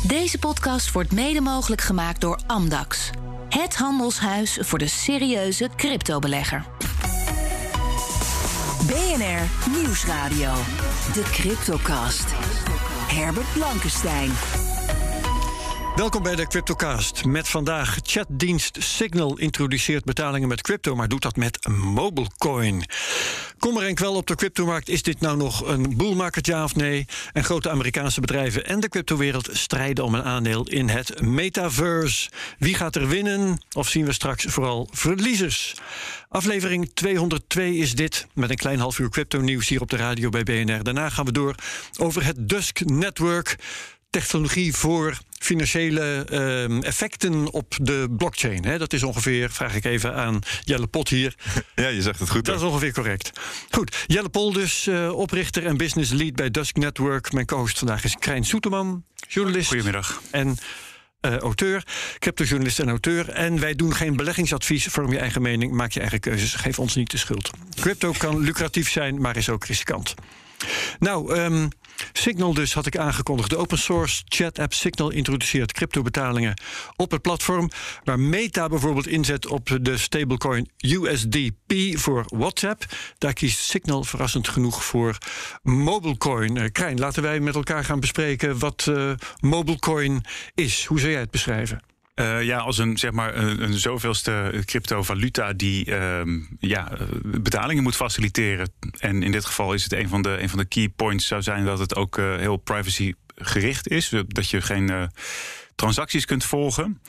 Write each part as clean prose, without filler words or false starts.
Deze podcast wordt mede mogelijk gemaakt door Amdax. Het handelshuis voor de serieuze cryptobelegger. BNR Nieuwsradio. De Cryptocast. Herbert Blankenstein. Welkom bij de Cryptocast. Met vandaag chatdienst Signal introduceert betalingen met crypto, maar doet dat met Mobilecoin. Kom er enkel op de cryptomarkt. Is dit nou nog een bull market, ja of nee? En grote Amerikaanse bedrijven en de cryptowereld strijden om een aandeel in het metaverse. Wie gaat er winnen? Of zien we straks vooral verliezers? Aflevering 202 is dit, met een klein half uur crypto-nieuws hier op de radio bij BNR. Daarna gaan we door over het Dusk Network. Technologie voor financiële effecten op de blockchain. Hè? Dat is ongeveer, vraag ik even aan Jelle Pot hier. Ja, je zegt het goed. Dat is ongeveer correct. Goed, Jelle Pol dus, oprichter en business lead bij Dusk Network. Mijn co-host vandaag is Krijn Soeterman, journalist. Goedemiddag. En auteur, cryptojournalist en auteur. En wij doen geen beleggingsadvies. Vorm je eigen mening, maak je eigen keuzes. Geef ons niet de schuld. Crypto kan lucratief zijn, maar is ook riskant. Nou, Signal dus had ik aangekondigd. De open source chat app Signal introduceert cryptobetalingen op het platform, waar Meta bijvoorbeeld inzet op de stablecoin USDP voor WhatsApp. Daar kiest Signal verrassend genoeg voor Mobilecoin. Krijn, laten wij met elkaar gaan bespreken wat Mobilecoin is. Hoe zou jij het beschrijven? Als een zoveelste cryptovaluta die betalingen moet faciliteren. En in dit geval is het een van de key points zou zijn dat het ook heel privacygericht is. Dat je geen transacties kunt volgen.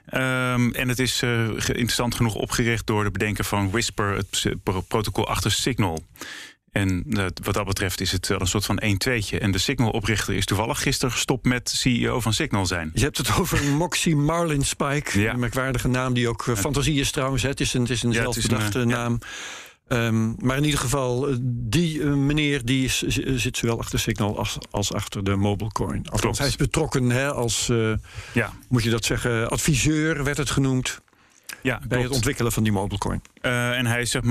En het is interessant genoeg opgericht door de bedenker van Whisper, het protocol achter Signal. En wat dat betreft is het een soort van 1-2'tje. En de Signal-oprichter is toevallig gisteren gestopt met CEO van Signal zijn. Je hebt het over Moxie Marlin Spike. Ja. Een merkwaardige naam die ook fantasie is trouwens. Het is een zelfbedachte naam. Maar in ieder geval, die meneer die zit zowel achter Signal als achter de Mobilecoin. Althans, hij is betrokken als, moet je dat zeggen, adviseur werd het genoemd. Ja, bij het ontwikkelen van die Mobilecoin. En hij is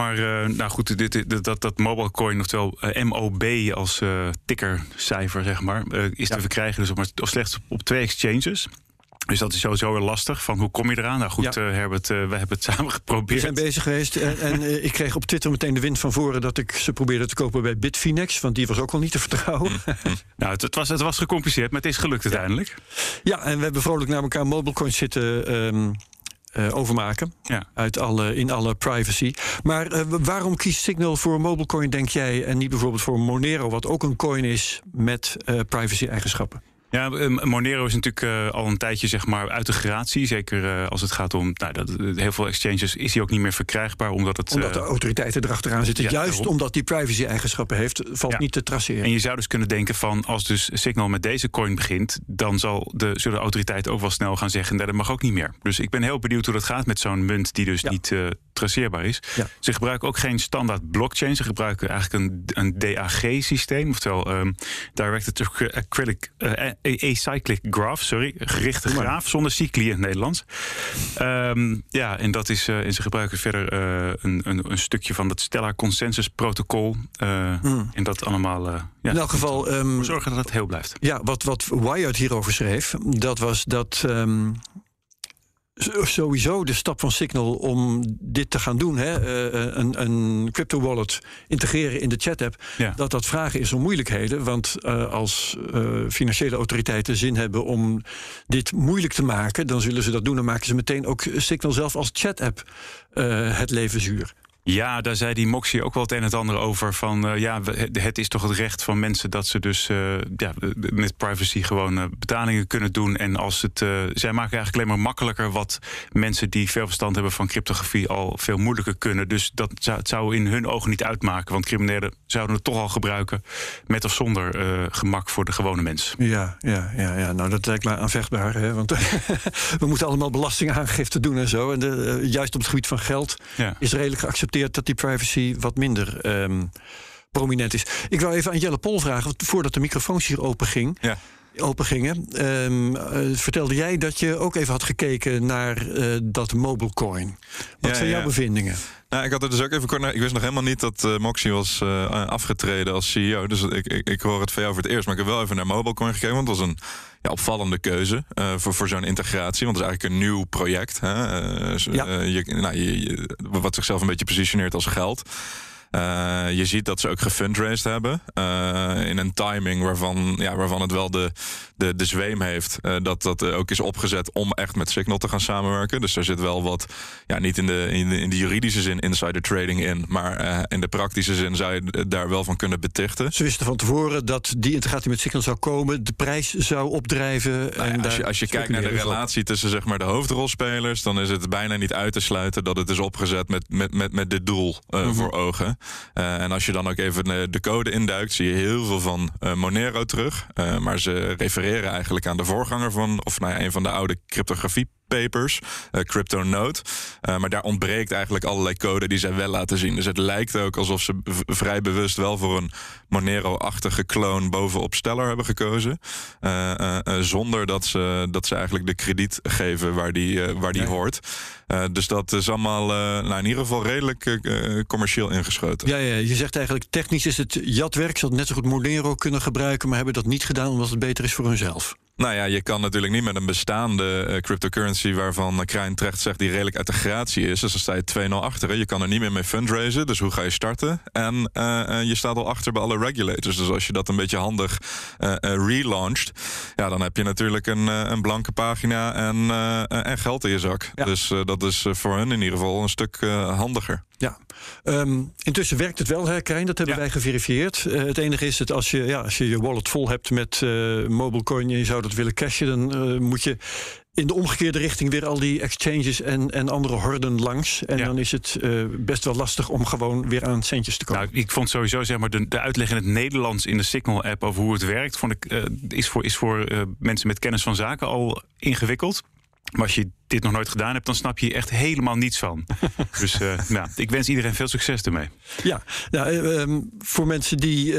dat Mobilecoin, oftewel MOB als tickercijfer, is te verkrijgen. Dus slechts op 2 exchanges. Dus dat is sowieso heel lastig. Van hoe kom je eraan? Nou goed, Herbert, we hebben het samen geprobeerd. We zijn bezig geweest. En ik kreeg op Twitter meteen de wind van voren dat ik ze probeerde te kopen bij Bitfinex. Want die was ook al niet te vertrouwen. Nou, het was gecompliceerd, maar het is gelukt uiteindelijk. Ja, en we hebben vrolijk naar elkaar Mobilecoins zitten overmaken. Ja. In alle privacy. Maar waarom kiest Signal voor Mobilecoin, denk jij, en niet bijvoorbeeld voor Monero, wat ook een coin is met privacy-eigenschappen? Ja, Monero is natuurlijk al een tijdje uit de gratie. Zeker als het gaat om heel veel exchanges is die ook niet meer verkrijgbaar. Omdat de autoriteiten erachteraan zitten. Ja, juist daarom. Omdat die privacy-eigenschappen heeft, valt niet te traceren. En je zou dus kunnen denken van, als dus Signal met deze coin begint, dan zullen de autoriteiten ook wel snel gaan zeggen, dat mag ook niet meer. Dus ik ben heel benieuwd hoe dat gaat met zo'n munt die dus niet traceerbaar is. Ja. Ze gebruiken ook geen standaard blockchain. Ze gebruiken eigenlijk een DAG-systeem. Oftewel Directed Acyclic Graph, gerichte graaf, zonder cycli in het Nederlands. En dat is. En ze gebruiken verder een stukje van het Stellar Consensus protocol. En dat allemaal. In elk geval. Zorgen dat het heel blijft. Ja, wat Wired hierover schreef, dat was dat. Sowieso de stap van Signal om dit te gaan doen, een crypto wallet integreren in de chat-app, dat vragen is om moeilijkheden. Want als financiële autoriteiten zin hebben om dit moeilijk te maken, dan zullen ze dat doen. Dan maken ze meteen ook Signal zelf als chat-app het leven zuur. Ja, daar zei die Moxie ook wel het een en het ander over. Van het is toch het recht van mensen dat ze dus met privacy gewoon betalingen kunnen doen. En als zij maken eigenlijk alleen maar makkelijker wat mensen die veel verstand hebben van cryptografie al veel moeilijker kunnen. Dus het zou in hun ogen niet uitmaken. Want criminelen zouden het toch al gebruiken met of zonder gemak voor de gewone mens. Ja. Nou, dat lijkt me aanvechtbaar. Hè? Want we moeten allemaal belastingaangifte doen en zo. En juist op het gebied van geld is redelijk geaccepteerd dat die privacy wat minder prominent is. Ik wou even aan Jelle Pol vragen, want voordat de microfoons hier opengingen, vertelde jij dat je ook even had gekeken naar dat Mobilecoin. Wat zijn jouw bevindingen? Nou, ik had er dus ook even kort naar. Ik wist nog helemaal niet dat Moxie was afgetreden als CEO. Dus ik hoor het van jou voor het eerst. Maar ik heb wel even naar Mobilecoin gekeken. Want het was opvallende keuze voor zo'n integratie. Want het is eigenlijk een nieuw project. Wat zichzelf een beetje positioneert als geld. Je ziet dat ze ook gefundraised hebben. In een timing waarvan het wel de zweem heeft. Dat ook is opgezet om echt met Signal te gaan samenwerken. Dus er zit wel wat, niet in de juridische zin insider trading in. Maar in de praktische zin zou je daar wel van kunnen betichten. Ze wisten van tevoren dat die integratie met Signal zou komen. De prijs zou opdrijven. Als je kijkt naar de relatie tussen zeg maar de hoofdrolspelers, dan is het bijna niet uit te sluiten dat het is opgezet met dit doel voor ogen. En als je dan ook even de code induikt, zie je heel veel van Monero terug. Maar ze refereren eigenlijk aan de voorganger van, een van de oude cryptografiepapers, CryptoNote. Maar daar ontbreekt eigenlijk allerlei code die zij wel laten zien. Dus het lijkt ook alsof ze vrij bewust wel voor een Monero-achtige clone bovenop Stellar hebben gekozen. Zonder dat ze eigenlijk de krediet geven waar die hoort. Dus dat is allemaal in ieder geval redelijk commercieel ingeschoten. Ja, je zegt eigenlijk technisch is het jatwerk. Ze hadden net zo goed Monero kunnen gebruiken, maar hebben dat niet gedaan omdat het beter is voor hunzelf. Je kan natuurlijk niet met een bestaande cryptocurrency waarvan Krijn terecht zegt die redelijk uit de gratie is. Dus dan sta je 2-0 achter. Hè. Je kan er niet meer mee fundraisen. Dus hoe ga je starten? En je staat al achter bij alle regulators. Dus als je dat een beetje handig relaunched, dan heb je natuurlijk een blanke pagina en geld in je zak. Ja. Dus dat is voor hun in ieder geval een stuk handiger. Ja, intussen werkt het wel, hè, Krijn? Dat hebben wij geverifieerd. Het enige is dat als je wallet vol hebt met MobileCoin en je zou dat willen cashen, dan moet je in de omgekeerde richting weer al die exchanges en andere horden langs. En dan is het best wel lastig om gewoon weer aan centjes te komen. Ik vond sowieso zeg maar de uitleg in het Nederlands in de Signal-app over hoe het werkt, is voor mensen met kennis van zaken al ingewikkeld. Maar als je dit nog nooit gedaan hebt, dan snap je echt helemaal niets van. Dus ik wens iedereen veel succes ermee. Ja, voor mensen die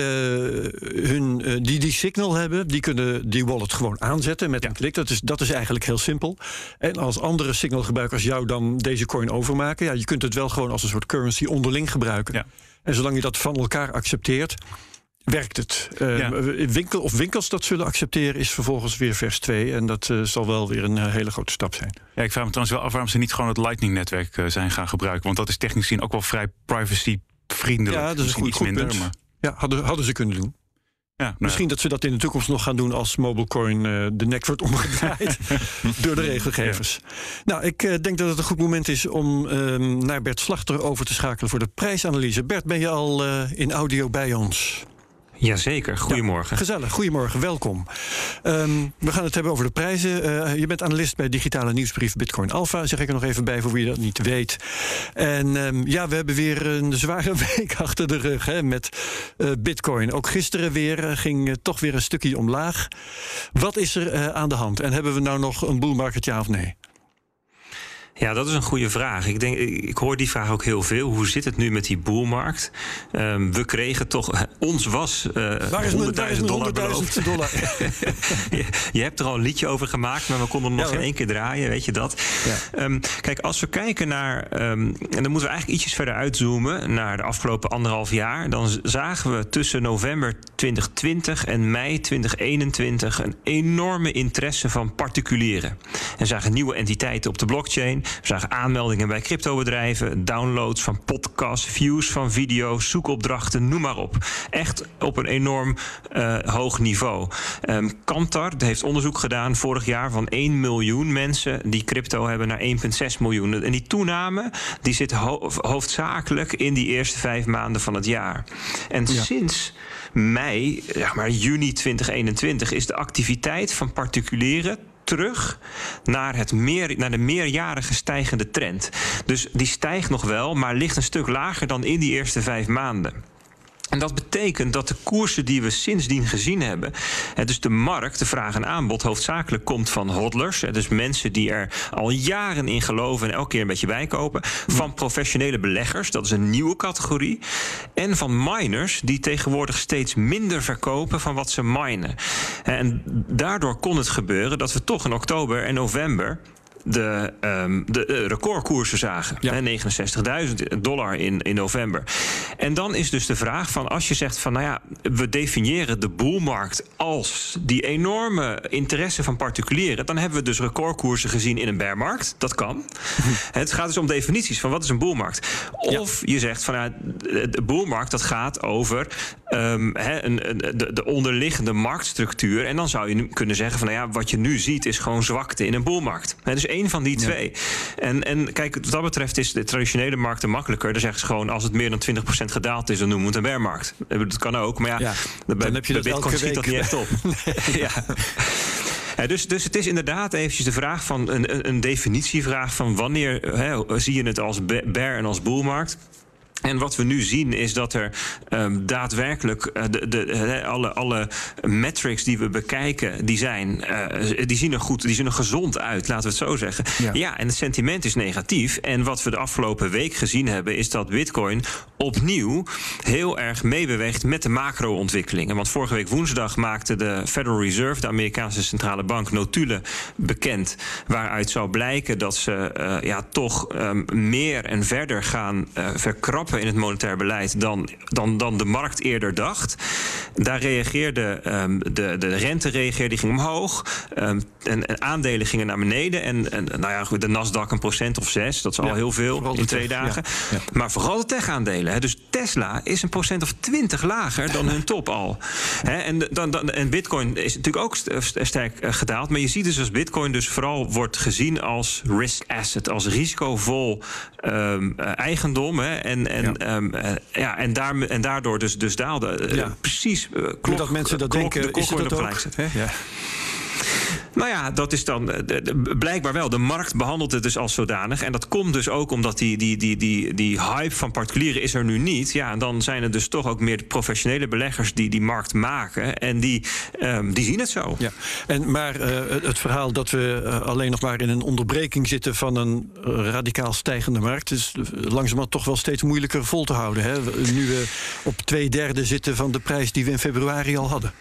die Signal hebben, die kunnen die wallet gewoon aanzetten met een klik. Dat is eigenlijk heel simpel. En als andere Signal gebruikers jou dan deze coin overmaken, je kunt het wel gewoon als een soort currency onderling gebruiken. Ja. En zolang je dat van elkaar accepteert, werkt het. Winkels dat zullen accepteren is vervolgens weer vers 2. En dat zal wel weer een hele grote stap zijn. Ja, ik vraag me trouwens wel af waarom ze niet gewoon het Lightning-netwerk zijn gaan gebruiken. Want dat is technisch gezien ook wel vrij privacy-vriendelijk. Ja, dat is een goed punt. Maar ja, hadden ze kunnen doen. Ja, misschien dat ze dat in de toekomst nog gaan doen als MobileCoin de nek wordt omgedraaid door de regelgevers. Ja. Ik denk dat het een goed moment is om naar Bert Slachter over te schakelen voor de prijsanalyse. Bert, ben je al in audio bij ons? Jazeker, goedemorgen. Gezellig, goedemorgen, welkom. We gaan het hebben over de prijzen. Je bent analist bij digitale nieuwsbrief Bitcoin Alpha, zeg ik er nog even bij voor wie dat niet weet. En we hebben weer een zware week achter de rug met Bitcoin. Ook gisteren weer ging toch weer een stukje omlaag. Wat is er aan de hand? En hebben we nou nog een bull market, ja of nee? Ja, dat is een goede vraag. Ik hoor die vraag ook heel veel. Hoe zit het nu met die boelmarkt? We kregen toch... Ons was $100.000 beloofd. Je hebt er al een liedje over gemaakt, maar we konden hem nog in één keer draaien, weet je dat? Ja. Kijk, als we kijken naar... en dan moeten we eigenlijk ietsjes verder uitzoomen naar de afgelopen 1,5 jaar. Dan zagen we tussen november 2020 en mei 2021 een enorme interesse van particulieren. En zagen nieuwe entiteiten op de blockchain. We zagen aanmeldingen bij cryptobedrijven, downloads van podcasts, views van video's, zoekopdrachten, noem maar op. Echt op een enorm hoog niveau. Kantar heeft onderzoek gedaan vorig jaar van 1 miljoen mensen die crypto hebben naar 1,6 miljoen. En die toename die zit hoofdzakelijk in die eerste 5 maanden van het jaar. En sinds mei, juni 2021 is de activiteit van particulieren terug naar de meerjarige stijgende trend. Dus die stijgt nog wel, maar ligt een stuk lager dan in die eerste 5 maanden. En dat betekent dat de koersen die we sindsdien gezien hebben, dus de markt, de vraag en aanbod, hoofdzakelijk komt van hodlers, dus mensen die er al jaren in geloven en elke keer een beetje bijkopen, van professionele beleggers, dat is een nieuwe categorie, en van miners die tegenwoordig steeds minder verkopen van wat ze minen. En daardoor kon het gebeuren dat we toch in oktober en november de recordkoersen zagen. Ja. $69.000 in november. En dan is dus de vraag van, als je zegt van, nou ja, we definiëren de boelmarkt als die enorme interesse van particulieren, dan hebben we dus recordkoersen gezien in een bearmarkt. Dat kan. Het gaat dus om definities van wat is een boelmarkt. Of je zegt van, de boelmarkt, dat gaat over de onderliggende marktstructuur. En dan zou je nu kunnen zeggen van, nou ja, wat je nu ziet is gewoon zwakte in een boelmarkt. Dus één van die twee. En kijk, wat dat betreft is de traditionele markten makkelijker. Dan zeggen ze gewoon, als het meer dan 20% gedaald is, dan noemen we het een bearmarkt. Dat kan ook, maar dan heb je bij Bitcoin schiet dat niet echt op. Nee. Dus het is inderdaad eventjes de vraag van een definitievraag van wanneer zie je het als bear en als boelmarkt. En wat we nu zien is dat er daadwerkelijk alle metrics die we bekijken, die zien er goed, die zien er gezond uit, laten we het zo zeggen. Ja, en het sentiment is negatief. En wat we de afgelopen week gezien hebben, is dat Bitcoin opnieuw heel erg meebeweegt met de macro-ontwikkelingen. Want vorige week woensdag maakte de Federal Reserve, de Amerikaanse centrale bank, notulen bekend, waaruit zou blijken dat ze toch meer en verder gaan verkrappen in het monetair beleid dan de markt eerder dacht. Daar reageerde de rente die ging omhoog. En aandelen gingen naar beneden. En de Nasdaq 1% of 6%. Dat is al heel veel in 2 dagen. Ja. Maar vooral de tech-aandelen. Dus Tesla is 1% of 20 lager dan hun top al. En Bitcoin is natuurlijk ook sterk gedaald. Maar je ziet dus als Bitcoin dus vooral wordt gezien als risk asset, als risicovol eigendom. En daardoor dus daalde. Precies. Dat mensen dat denken, is dat ook? Ja. Nou ja, dat is dan blijkbaar wel. De markt behandelt het dus als zodanig. En dat komt dus ook omdat die hype van particulieren is er nu niet. Ja, en dan zijn er dus toch ook meer de professionele beleggers die markt maken. En die zien het zo. Ja. Maar het verhaal dat we alleen nog maar in een onderbreking zitten van een radicaal stijgende markt is langzamerhand toch wel steeds moeilijker vol te houden. Hè? Nu we op 2/3 zitten van de prijs die we in februari al hadden.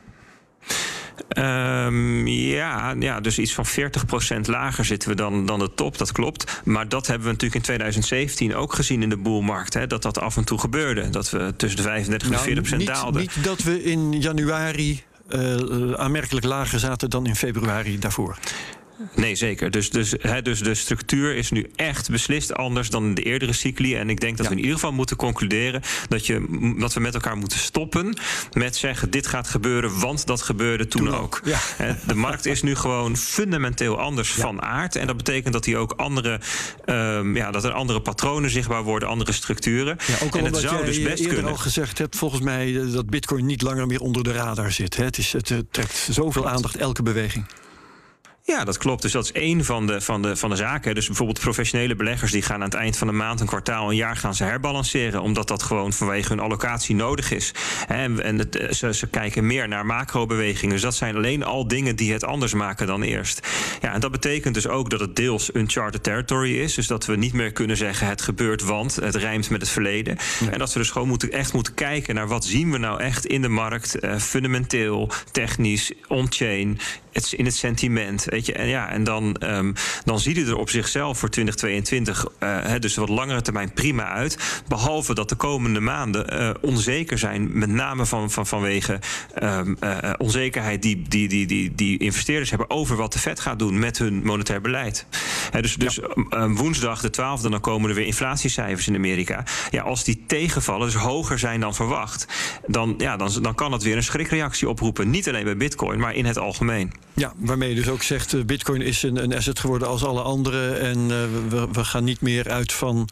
Dus iets van 40% lager zitten we dan de top, dat klopt. Maar dat hebben we natuurlijk in 2017 ook gezien in de boelmarkt. Dat af en toe gebeurde. Dat we tussen de 35 en 40% daalden. Niet dat we in januari aanmerkelijk lager zaten dan in februari daarvoor. Nee, zeker. Dus de structuur is nu echt beslist anders dan in de eerdere cycli. En ik denk dat we in ieder geval moeten concluderen dat we met elkaar moeten stoppen met zeggen, dit gaat gebeuren, want dat gebeurde toen ook. Ja. De markt is nu gewoon fundamenteel anders van aard. En dat betekent dat dat er andere patronen zichtbaar worden, andere structuren. Ja, ook al omdat jij dus best eerder al gezegd hebt, volgens mij, dat Bitcoin niet langer meer onder de radar zit. Het trekt zoveel aandacht, elke beweging. Ja, dat klopt. Dus dat is één van de zaken. Dus bijvoorbeeld professionele beleggers die gaan aan het eind van een maand, een kwartaal, een jaar gaan ze herbalanceren, omdat dat gewoon vanwege hun allocatie nodig is. Ze kijken meer naar macrobewegingen. Dus dat zijn alleen al dingen die het anders maken dan eerst. Ja, en dat betekent dus ook dat het deels uncharted territory is. Dus dat we niet meer kunnen zeggen het gebeurt, want het rijmt met het verleden. Nee. En dat we dus gewoon moeten kijken naar wat zien we nou echt in de markt, fundamenteel, technisch, on-chain, in het sentiment. Weet je? En dan ziet het er op zichzelf voor 2022 dus wat langere termijn prima uit. Behalve dat de komende maanden onzeker zijn, met name vanwege onzekerheid die investeerders hebben over wat de Fed gaat doen met hun monetair beleid. Dus woensdag de 12e, dan komen er weer inflatiecijfers in Amerika. Ja, als die tegenvallen, dus hoger zijn dan verwacht, dan kan het weer een schrikreactie oproepen. Niet alleen bij Bitcoin, maar in het algemeen. Ja, waarmee je dus ook zegt, Bitcoin is een asset geworden als alle andere. En we gaan niet meer uit van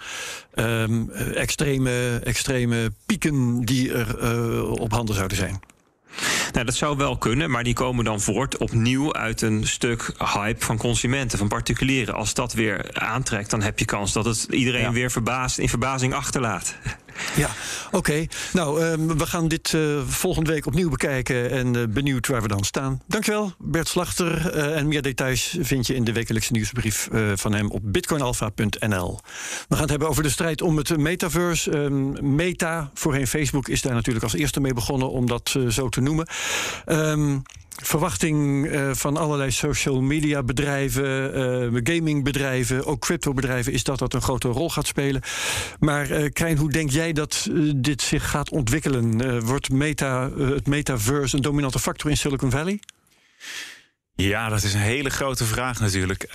extreme pieken die er op handen zouden zijn. Nou, dat zou wel kunnen, maar die komen dan voort opnieuw uit een stuk hype van consumenten, van particulieren. Als dat weer aantrekt, dan heb je kans dat het iedereen weer in verbazing achterlaat. Ja, oké. Nou, we gaan dit volgende week opnieuw bekijken en benieuwd waar we dan staan. Dankjewel, Bert Slachter. En meer details vind je in de wekelijkse nieuwsbrief van hem op bitcoinalpha.nl. We gaan het hebben over de strijd om het metaverse. Meta, voorheen Facebook, is daar natuurlijk als eerste mee begonnen om dat zo te noemen. verwachting van allerlei social media bedrijven, gamingbedrijven, ook cryptobedrijven, is dat een grote rol gaat spelen. Maar Krijn, hoe denk jij dat dit zich gaat ontwikkelen? Wordt het metaverse een dominante factor in Silicon Valley? Ja, dat is een hele grote vraag natuurlijk.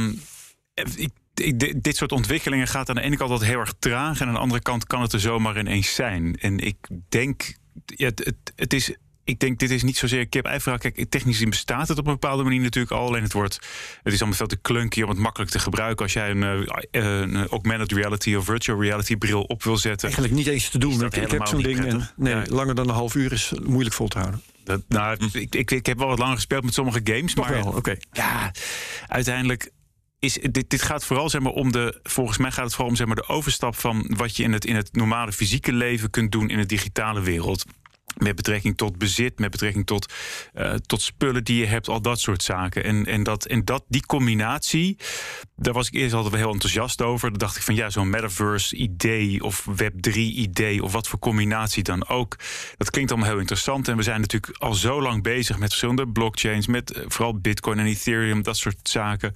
Dit soort ontwikkelingen gaat aan de ene kant altijd heel erg traag, en aan de andere kant kan het er zomaar ineens zijn. En ik denk, ik denk, dit is niet zozeer kip-ei-verhaal. Kijk, technisch gezien bestaat het op een bepaalde manier natuurlijk al. Alleen het is allemaal veel te clunky om het makkelijk te gebruiken. Als jij een augmented reality of virtual reality bril op wil zetten. Eigenlijk niet eens te doen. Ik heb zo'n ding en langer dan een half uur is moeilijk vol te houden. Ik heb wel wat langer gespeeld met sommige games. Toch maar wel, oké. Ja, uiteindelijk dit gaat vooral volgens mij gaat het vooral om de overstap van wat je in het normale fysieke leven kunt doen in de digitale wereld. Met betrekking tot bezit, met betrekking tot spullen die je hebt, al dat soort zaken. Die combinatie, daar was ik eerst altijd wel heel enthousiast over. Dan dacht ik van zo'n metaverse-idee of Web3-idee of wat voor combinatie dan ook. Dat klinkt allemaal heel interessant. En we zijn natuurlijk al zo lang bezig met verschillende blockchains, met vooral Bitcoin en Ethereum, dat soort zaken.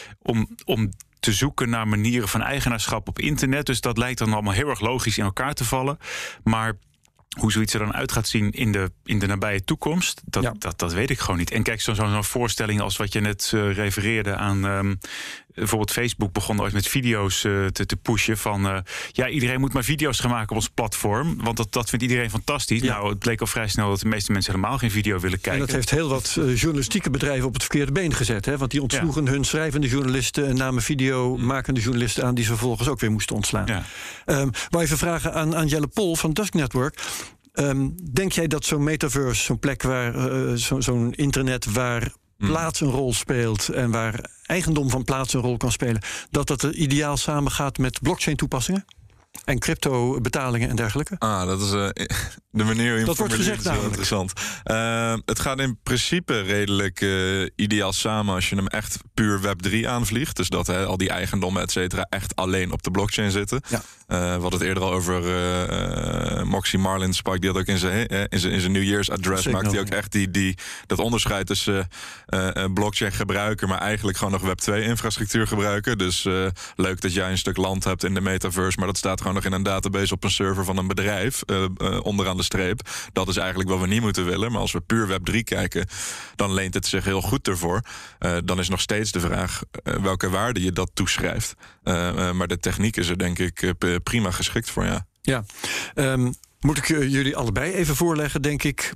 Om te zoeken naar manieren van eigenaarschap op internet. Dus dat lijkt dan allemaal heel erg logisch in elkaar te vallen. Maar hoe zoiets er dan uit gaat zien in de nabije toekomst, dat weet ik gewoon niet. En kijk, zo'n voorstelling als wat je net refereerde aan bijvoorbeeld Facebook begon ooit met video's te pushen van iedereen moet maar video's gaan maken op ons platform, want dat vindt iedereen fantastisch. Ja. Nou, het bleek al vrij snel dat de meeste mensen helemaal geen video willen kijken. En dat heeft heel wat journalistieke bedrijven op het verkeerde been gezet, hè? Want die ontsloegen hun schrijvende journalisten en namen videomakende journalisten aan die ze vervolgens ook weer moesten ontslaan. Ja. Wou even vragen aan Jelle Pol van Dusk Network. Denk jij dat zo'n metaverse, zo'n plek waar zo'n internet waar plaats een rol speelt en waar eigendom van plaats een rol kan spelen, dat er ideaal samengaat met blockchain toepassingen en crypto betalingen en dergelijke? Dat is de manier hoe je dat wordt gezegd, is heel interessant. Het gaat in principe redelijk ideaal samen als je hem echt puur Web3 aanvliegt. Dus dat al die eigendommen, et cetera, echt alleen op de blockchain zitten. Ja. We hadden het eerder al over Moxie Marlin Spike, die had ook in zijn New Year's address maakt hij ook echt dat onderscheid tussen blockchain gebruiken, maar eigenlijk gewoon nog Web2 infrastructuur gebruiken. Dus leuk dat jij een stuk land hebt in de metaverse, maar dat staat gewoon nog in een database op een server van een bedrijf onderaan de streep. Dat is eigenlijk wat we niet moeten willen. Maar als we puur Web3 kijken, dan leent het zich heel goed ervoor. Dan is nog steeds de vraag welke waarde je dat toeschrijft. Maar de techniek is er denk ik prima geschikt voor, ja. Ja, moet ik jullie allebei even voorleggen, denk ik.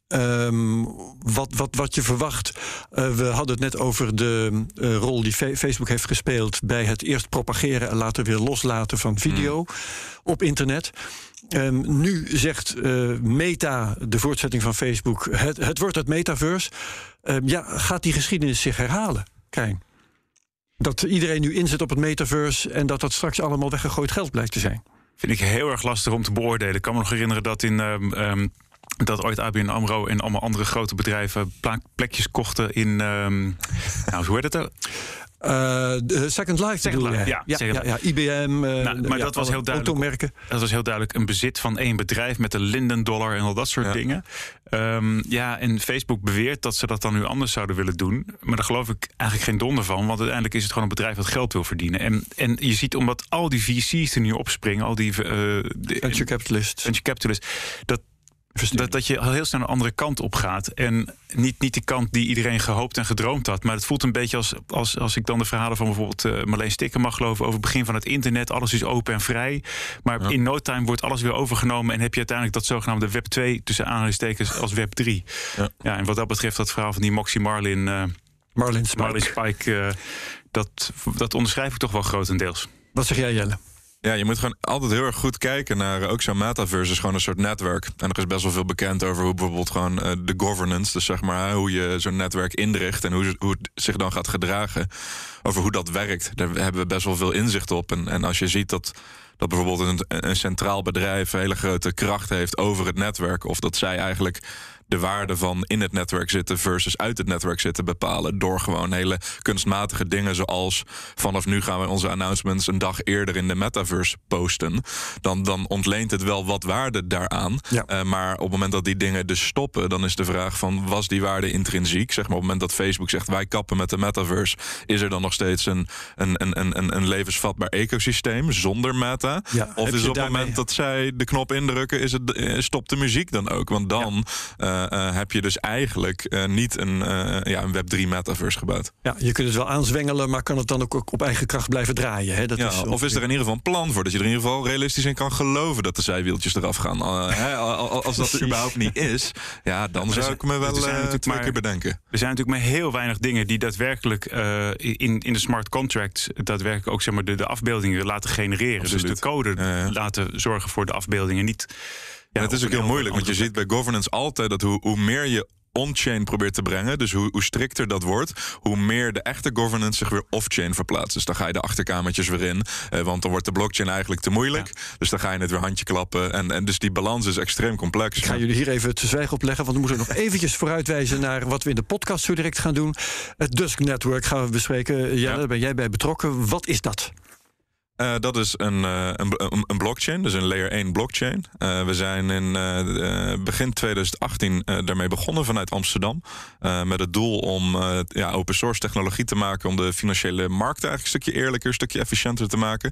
Wat je verwacht. We hadden het net over de rol die Facebook heeft gespeeld bij het eerst propageren en later weer loslaten van video op internet. Nu zegt Meta, de voortzetting van Facebook, het wordt het metaverse. Gaat die geschiedenis zich herhalen, Krijn? Dat iedereen nu inzet op het metaverse en dat straks allemaal weggegooid geld blijkt te zijn? Vind ik heel erg lastig om te beoordelen. Ik kan me nog herinneren dat dat ooit ABN AMRO en allemaal andere grote bedrijven plekjes kochten in hoe heet het? Second Life. Ja, IBM. Maar dat was heel duidelijk. Automerken. Dat was heel duidelijk een bezit van één bedrijf met de Linden Dollar en al dat soort dingen. En Facebook beweert dat ze dat dan nu anders zouden willen doen. Maar daar geloof ik eigenlijk geen donder van. Want uiteindelijk is het gewoon een bedrijf dat geld wil verdienen. En je ziet, omdat al die VC's er nu opspringen, al die venture capitalists, dat je heel snel een andere kant op gaat. En niet de kant die iedereen gehoopt en gedroomd had. Maar het voelt een beetje als ik dan de verhalen van bijvoorbeeld Marleen Stikker mag geloven over het begin van het internet. Alles is open en vrij. Maar in no time wordt alles weer overgenomen. En heb je uiteindelijk dat zogenaamde Web2 tussen aanhalingstekens als Web3. Ja, en wat dat betreft dat verhaal van die Moxie Marlin Spike. Dat onderschrijf ik toch wel grotendeels. Wat zeg jij, Jelle? Ja, je moet gewoon altijd heel erg goed kijken naar ook zo'n metaverse is gewoon een soort netwerk. En er is best wel veel bekend over hoe bijvoorbeeld gewoon de governance, dus zeg maar hoe je zo'n netwerk inricht en hoe het zich dan gaat gedragen. Over hoe dat werkt. Daar hebben we best wel veel inzicht op. En als je ziet dat bijvoorbeeld een centraal bedrijf een hele grote kracht heeft over het netwerk, of dat zij eigenlijk de waarde van in het netwerk zitten versus uit het netwerk zitten bepalen. Door gewoon hele kunstmatige dingen zoals vanaf nu gaan we onze announcements een dag eerder in de metaverse posten. Dan ontleent het wel wat waarde daaraan. Ja. Maar op het moment dat die dingen dus stoppen, dan is de vraag van, was die waarde intrinsiek? Zeg maar op het moment dat Facebook zegt, wij kappen met de metaverse, is er dan nog steeds een levensvatbaar ecosysteem zonder meta? Ja, of is op het moment dat zij de knop indrukken, stopt de muziek dan ook? Want dan heb je dus eigenlijk niet een Web3 metaverse gebouwd. Ja, je kunt het wel aanzwengelen, maar kan het dan ook op eigen kracht blijven draaien? Hè? Dat is of is er in ieder geval een plan voor, dat je er in ieder geval realistisch in kan geloven dat de zijwieltjes eraf gaan? Als dat er überhaupt niet is, dan zou ik me wel 2 keer bedenken. Er zijn natuurlijk maar heel weinig dingen die daadwerkelijk in de smart contracts daadwerkelijk ook zeg maar de afbeeldingen laten genereren. Absoluut. Dus de code laten zorgen voor de afbeeldingen. Niet. En het is ook heel moeilijk, want je ziet bij governance altijd dat hoe meer je on-chain probeert te brengen, dus hoe strikter dat wordt, hoe meer de echte governance zich weer off-chain verplaatst. Dus dan ga je de achterkamertjes weer in, want dan wordt de blockchain eigenlijk te moeilijk. Ja. Dus dan ga je het weer handje klappen. En dus die balans is extreem complex. Ik ga jullie hier even te zwijgen opleggen, want we moeten nog eventjes vooruitwijzen naar wat we in de podcast zo direct gaan doen. Het Dusk Network gaan we bespreken. Daar ben jij bij betrokken. Wat is dat? Dat is een blockchain, dus een layer 1 blockchain. We zijn in begin 2018 daarmee begonnen vanuit Amsterdam. Met het doel om open source technologie te maken, om de financiële markt eigenlijk een stukje eerlijker, een stukje efficiënter te maken.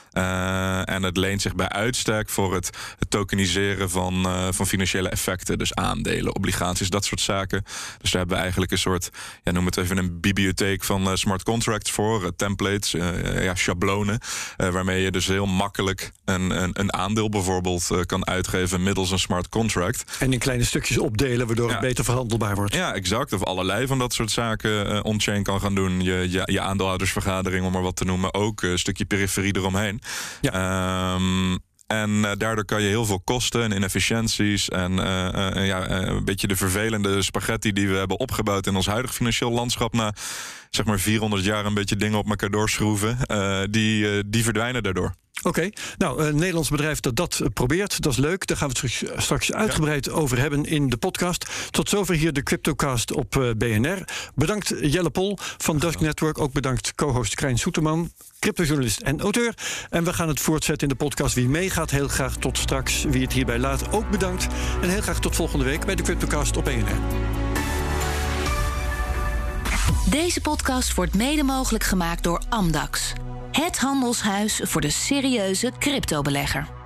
En het leent zich bij uitstek voor het tokeniseren van financiële effecten. Dus aandelen, obligaties, dat soort zaken. Dus daar hebben we eigenlijk een soort, noem het even een bibliotheek van smart contracts voor. Templates, schablonen. Waarmee je dus heel makkelijk een aandeel bijvoorbeeld kan uitgeven middels een smart contract. En in kleine stukjes opdelen, waardoor het beter verhandelbaar wordt. Ja, exact. Of allerlei van dat soort zaken on-chain kan gaan doen. Je aandeelhoudersvergadering, om maar wat te noemen. Ook een stukje periferie eromheen. Ja. En daardoor kan je heel veel kosten en inefficiënties en een beetje de vervelende spaghetti die we hebben opgebouwd in ons huidig financieel landschap na zeg maar 400 jaar een beetje dingen op elkaar doorschroeven, die verdwijnen daardoor. Oké, een Nederlands bedrijf dat probeert, dat is leuk. Daar gaan we het straks uitgebreid over hebben in de podcast. Tot zover hier de CryptoCast op BNR. Bedankt Jelle Pol van Dusk Network. Ook bedankt co-host Krijn Soeterman, cryptojournalist en auteur. En we gaan het voortzetten in de podcast. Wie meegaat, heel graag tot straks. Wie het hierbij laat, ook bedankt. En heel graag tot volgende week bij de CryptoCast op BNR. Deze podcast wordt mede mogelijk gemaakt door Amdax. Het handelshuis voor de serieuze cryptobelegger.